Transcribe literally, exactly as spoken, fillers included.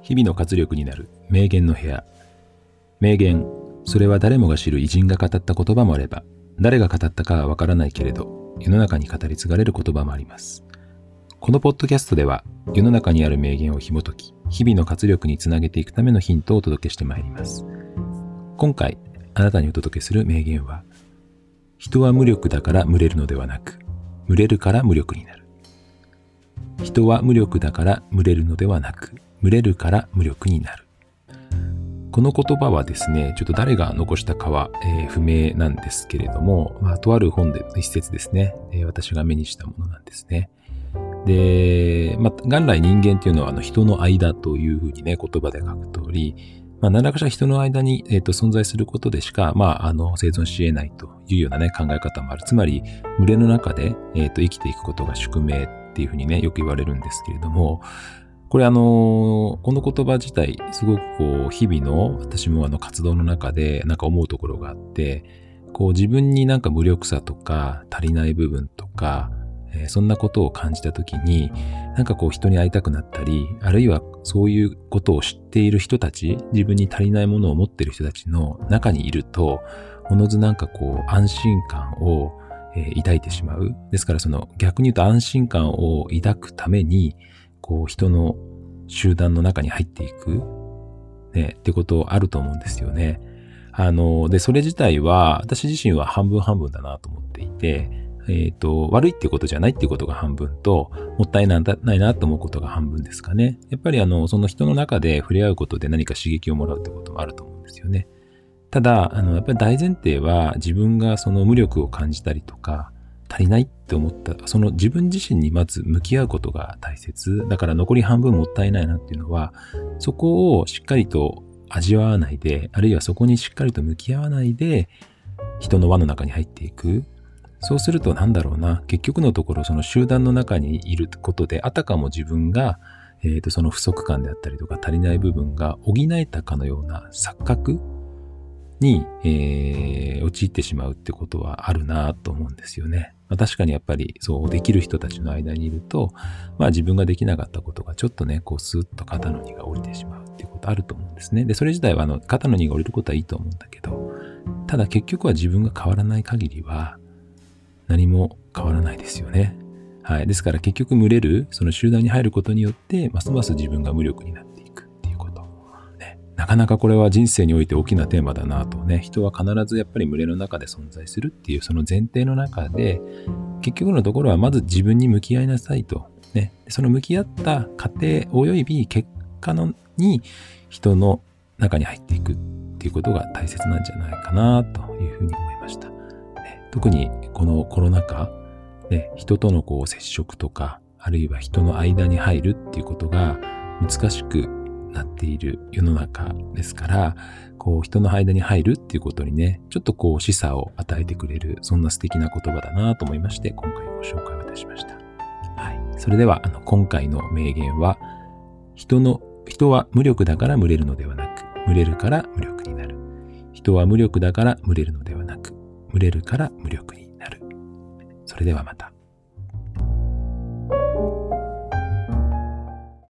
日々の活力になる名言の部屋。名言、それは誰もが知る偉人が語った言葉もあれば、誰が語ったかはわからないけれど、世の中に語り継がれる言葉もあります。このポッドキャストでは、世の中にある名言を紐解き、日々の活力につなげていくためのヒントをお届けしてまいります。今回、あなたにお届けする名言は、人は無力だから群れるのではなく、群れるから無力になる。人は無力だから群れるのではなく、群れるから無力になる。この言葉はですね、ちょっと誰が残したかは、えー、不明なんですけれども、まあ、とある本で一節ですね、えー、私が目にしたものなんですね。で、まあ、元来人間っていうのはあの人の間というふうにね、言葉で書く通り、まあ、何らかしら人の間に、えー、と存在することでしか、まあ、あの生存し得ないというような、ね、考え方もある。つまり、群れの中で、えー、と生きていくことが宿命っていうふうにね、よく言われるんですけれども、これあの、この言葉自体、すごくこう、日々の私もあの活動の中でなんか思うところがあって、こう自分になんか無力さとか足りない部分とか、えー、そんなことを感じたときに、なんかこう人に会いたくなったり、あるいはそういうことを知っている人たち、自分に足りないものを持っている人たちの中にいると、おのずなんかこう安心感を、えー、抱いてしまう。ですからその逆に言うと安心感を抱くために、こう人の集団の中に入っていく、ね、ってことあると思うんですよね。あの、で、それ自体は私自身は半分半分だなと思っていて、えっと、悪いっていうことじゃないっていうことが半分と、もったいないなと思うことが半分ですかね。やっぱりあの、その人の中で触れ合うことで何か刺激をもらうってこともあると思うんですよね。ただ、あの、やっぱり大前提は自分がその無力を感じたりとか、足りないって思った、その自分自身にまず向き合うことが大切。だから残り半分もったいないなっていうのは、そこをしっかりと味わわないで、あるいはそこにしっかりと向き合わないで、人の輪の中に入っていく。そうするとなんだろうな、結局のところその集団の中にいることで、あたかも自分が、えーと、その不足感であったりとか足りない部分が補えたかのような錯覚に、えー、陥ってしまうってことはあるなと思うんですよね。まあ、確かにやっぱりそうできる人たちの間にいると、まあ自分ができなかったことがちょっとね、こうスーッと肩の荷が下りてしまうっていうことあると思うんですね。で、それ自体はあの肩の荷が下りることはいいと思うんだけど、ただ結局は自分が変わらない限りは何も変わらないですよね。はい。ですから結局群れる、その集団に入ることによって、ますます自分が無力になっていくっていうこと。ね、なかなかこれは人生において大きなテーマだなとね、人は必ずやっぱり群れの中で存在するっていうその前提の中で、結局のところはまず自分に向き合いなさいと。ね、その向き合った過程及び結果のに人の中に入っていくっていうことが大切なんじゃないかなというふうに思いました。ね、特にこのコロナ禍、ね、人とのこう接触とか、あるいは人の間に入るっていうことが難しくなっている世の中ですから、こう人の間に入るっていうことにね、ちょっとこう示唆を与えてくれる、そんな素敵な言葉だなと思いまして、今回ご紹介をいたしました。はい。それでは、あの、今回の名言は、人の、人は無力だから群れるのではなく、群れるから無力になる。人は無力だから群れるのではなく、群れるから無力になる。それではまた。